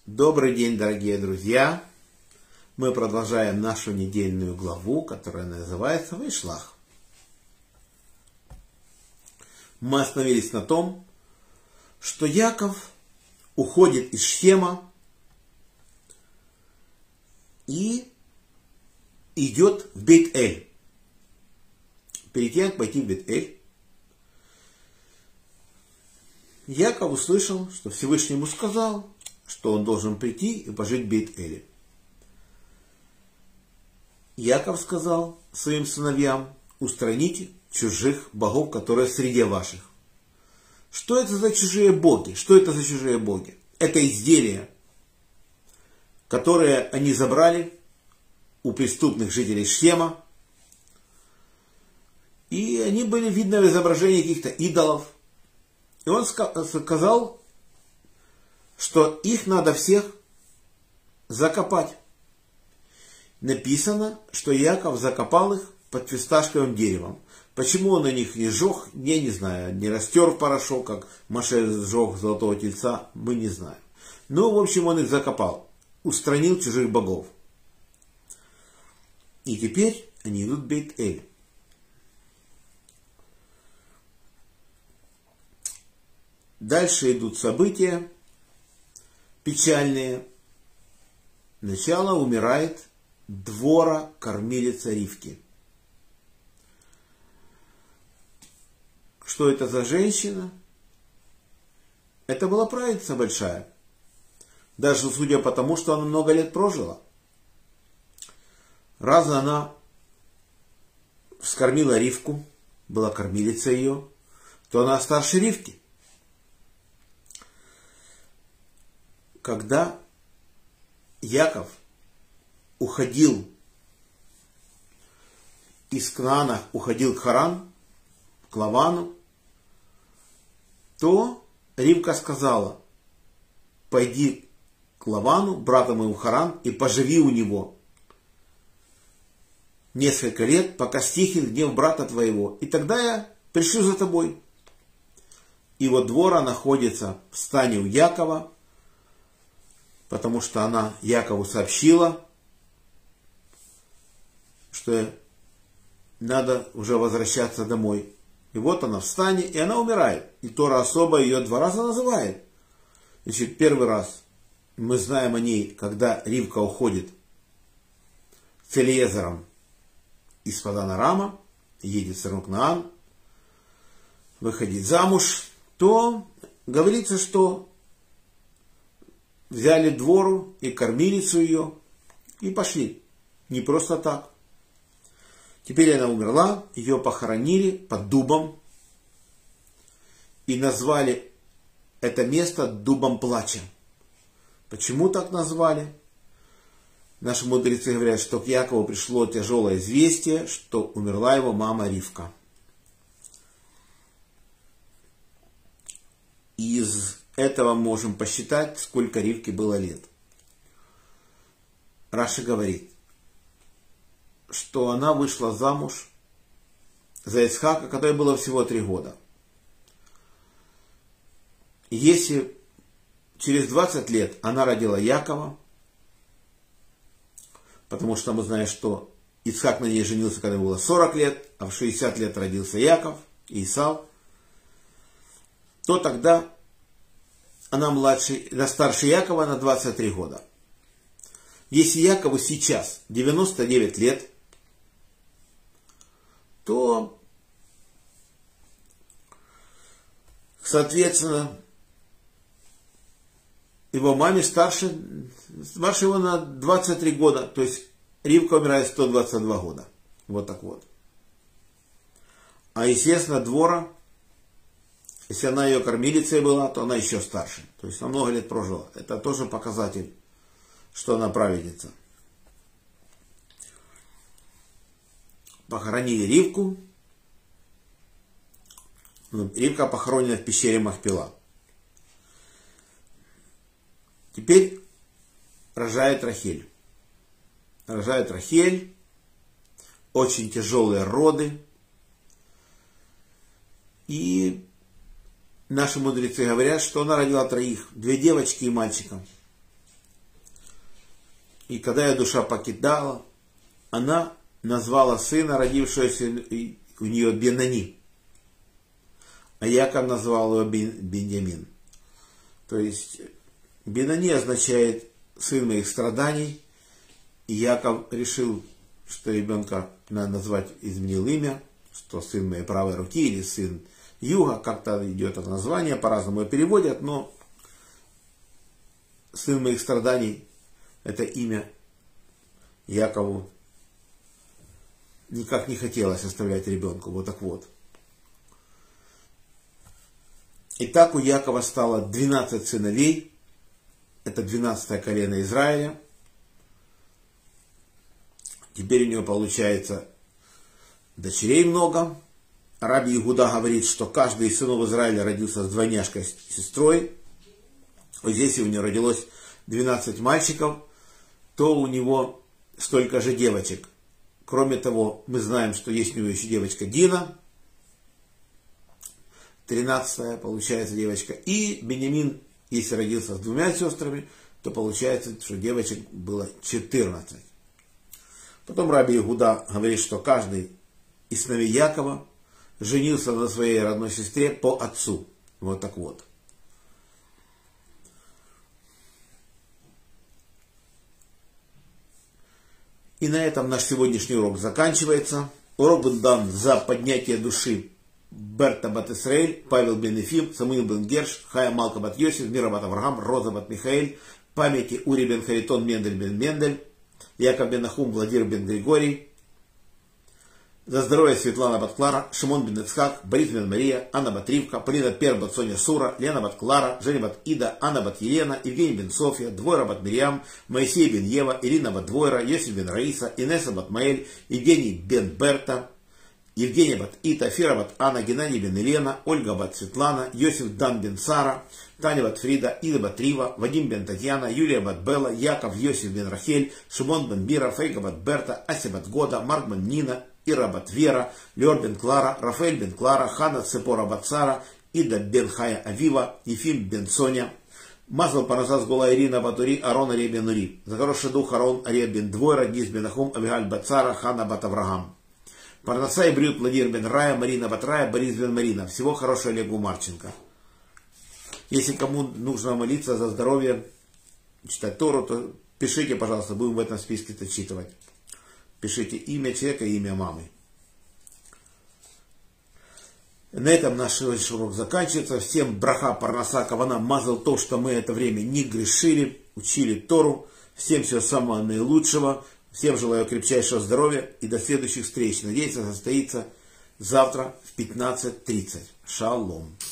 Добрый день, дорогие друзья! Мы продолжаем нашу недельную главу, которая называется Ваишлах. Мы остановились на том, что Яков уходит из Шхема и идет в Бейт-Эль. Перед тем, как пойти в Бейт-Эль, Яков услышал, что Всевышний ему сказал, что он должен прийти и пожить в Бейт-Эле. Яков сказал своим сыновьям: устраните чужих богов, которые среди ваших. Что это за чужие боги? Что это за чужие боги? Это изделия, которые они забрали у преступных жителей Шхема. И они были видны в изображении каких-то идолов. И он сказал, что их надо всех закопать. Написано, что Яков закопал их под фисташковым деревом. Почему он на них не сжег, я не знаю. Не растер в порошок, как Моше сжег золотого тельца, мы не знаем. Ну, в общем, он их закопал. Устранил чужих богов. И теперь они идут в Бейт-Эль. Дальше идут события печальные. Сначала умирает Двора, кормилица Ривки. Что это за женщина? Это была праведница большая. Даже судя по тому, что она много лет прожила. Раз она вскормила Ривку, была кормилица ее, то она старше Ривки. Когда Яков уходил из Кнаана, уходил к Харан, к Лавану, то Ривка сказала: пойди к Лавану, брату моему Харан, и поживи у него несколько лет, пока стихнет гнев брата твоего, и тогда я пришлю за тобой. И вот Двора находится в стане у Якова, потому что она Якову сообщила, что надо уже возвращаться домой. И вот она в стане, и она умирает. И Тора особо ее 2 раза называет. Значит, первый раз мы знаем о ней, когда Ривка уходит с Элиезером из Падан-Арама, едет в страну Кнаан, выходит замуж, то говорится, что взяли Двору и кормилицу ее и пошли. Не просто так. Теперь она умерла, ее похоронили под дубом и назвали это место дубом плача. Почему так назвали? Наши мудрецы говорят, что к Якову пришло тяжелое известие, что умерла его мама Ривка. Из этого можем посчитать, сколько Ривке было лет. Раши говорит, что она вышла замуж за Ицхака, которой было всего 3 года. Если через 20 лет она родила Якова, потому что мы знаем, что Ицхак на ней женился, когда ему было 40 лет, а в 60 лет родился Яков, Исав, то тогда она старше Якова на 23 года. Если Якову сейчас 99 лет, то, соответственно, его маме старше его на 23 года. То есть Ривка умирает в 122 года. Вот так вот. А, естественно, Двора, если она ее кормилицей была, то она еще старше. То есть она много лет прожила. Это тоже показатель, что она праведница. Похоронили Ривку. Ривка похоронена в пещере Махпела. Теперь рожает Рахель. Рожает Рахель. Очень тяжелые роды. И наши мудрецы говорят, что она родила 3, 2 девочки и мальчика. И когда ее душа покидала, она назвала сына, родившегося у нее, Бенани. А Яков назвал его Беньямин. То есть Бенани означает сын моих страданий. И Яков решил, что ребенка надо назвать, изменил имя, что сын моей правой руки или сын юга. Как-то идет это название, по-разному его переводят, но сын моих страданий — это имя Якову никак не хотелось оставлять ребенку. Вот так вот. Итак, у Якова стало 12 сыновей. Это 12-е колено Израиля. Теперь у него получается дочерей много. Раби Игуда говорит, что каждый из сынов Израиля родился с двойняшкой сестрой. Вот здесь у него родилось 12 мальчиков, то у него столько же девочек. Кроме того, мы знаем, что есть у него еще девочка Дина, 13-я получается девочка. И Беньямин, если родился с 2 сестрами, то получается, что девочек было 14. Потом Раби Игуда говорит, что каждый из сыновей Якова женился на своей родной сестре по отцу. Вот так вот. И на этом наш сегодняшний урок заканчивается. Урок был дан за поднятие души Берта бат Исраэль, Павел бен Ефим, Самуил бен Герш, Хая Малка бат Йосиф, Мира бат Авраам, Роза бат Михаэль, памяти Ури бен Харитон, Мендель бен Мендель, Яков бен Нахум, Владимир бен Григорий, за здоровье Светлана бат Клара, Шимон бен Ицхак, Борис бен Мария, Анна бат Ривка, Полина Пер бат Соня Сура, Лена бат Клара, Женя бат Ида, Анна бат Елена, Евгений бен Софья, Двойра бат Мирьям, Моисей бен Ева, Ирина бат Двойра, Йосиф бен Раиса, Инесса бат Маэль, Евгений бен Берта, Евгения бат Ита, Фира бат Анна, Геннадий бен Елена, Ольга бат Светлана, Йосиф Дан бен Сара, Таня бат Фрида, Ида бат Рива, Вадим бен Татьяна, Юлия бат Белла, Яков Йосиф бен Рахель, Шимон бен Бира, Фейга бат Берта, Ася бат Года, Марк бен Нина, Ира бат Вера, Леор бен Клара, Рафаэль бен Клара, Хана Цепора бат Сара, Ида бен Хая Авива, Ефим бен Соня, Мазал Паразас Гола Ирина Батури, Арон Ария бен Ури, за хороший дух Арон Ария бен Двойра, Гиз бен Ахум, Авигаль бат Сара, Хана бат Авраам. Парнаса и Брют, Владимир бен Рая, Марина бат Рая, Борис бен Марина. Всего хорошего Олегу Марченко. Если кому нужно молиться за здоровье, читать Тору, то пишите, пожалуйста, будем в этом списке зачитывать. Пишите имя человека и имя мамы. На этом наш урок заканчивается. Всем браха, парнаса, кавана, мазал то, что мы это время не грешили, учили Тору. Всем всего самого наилучшего. Всем желаю крепчайшего здоровья и до следующих встреч. Надеюсь, это состоится завтра в 15:30. Шалом.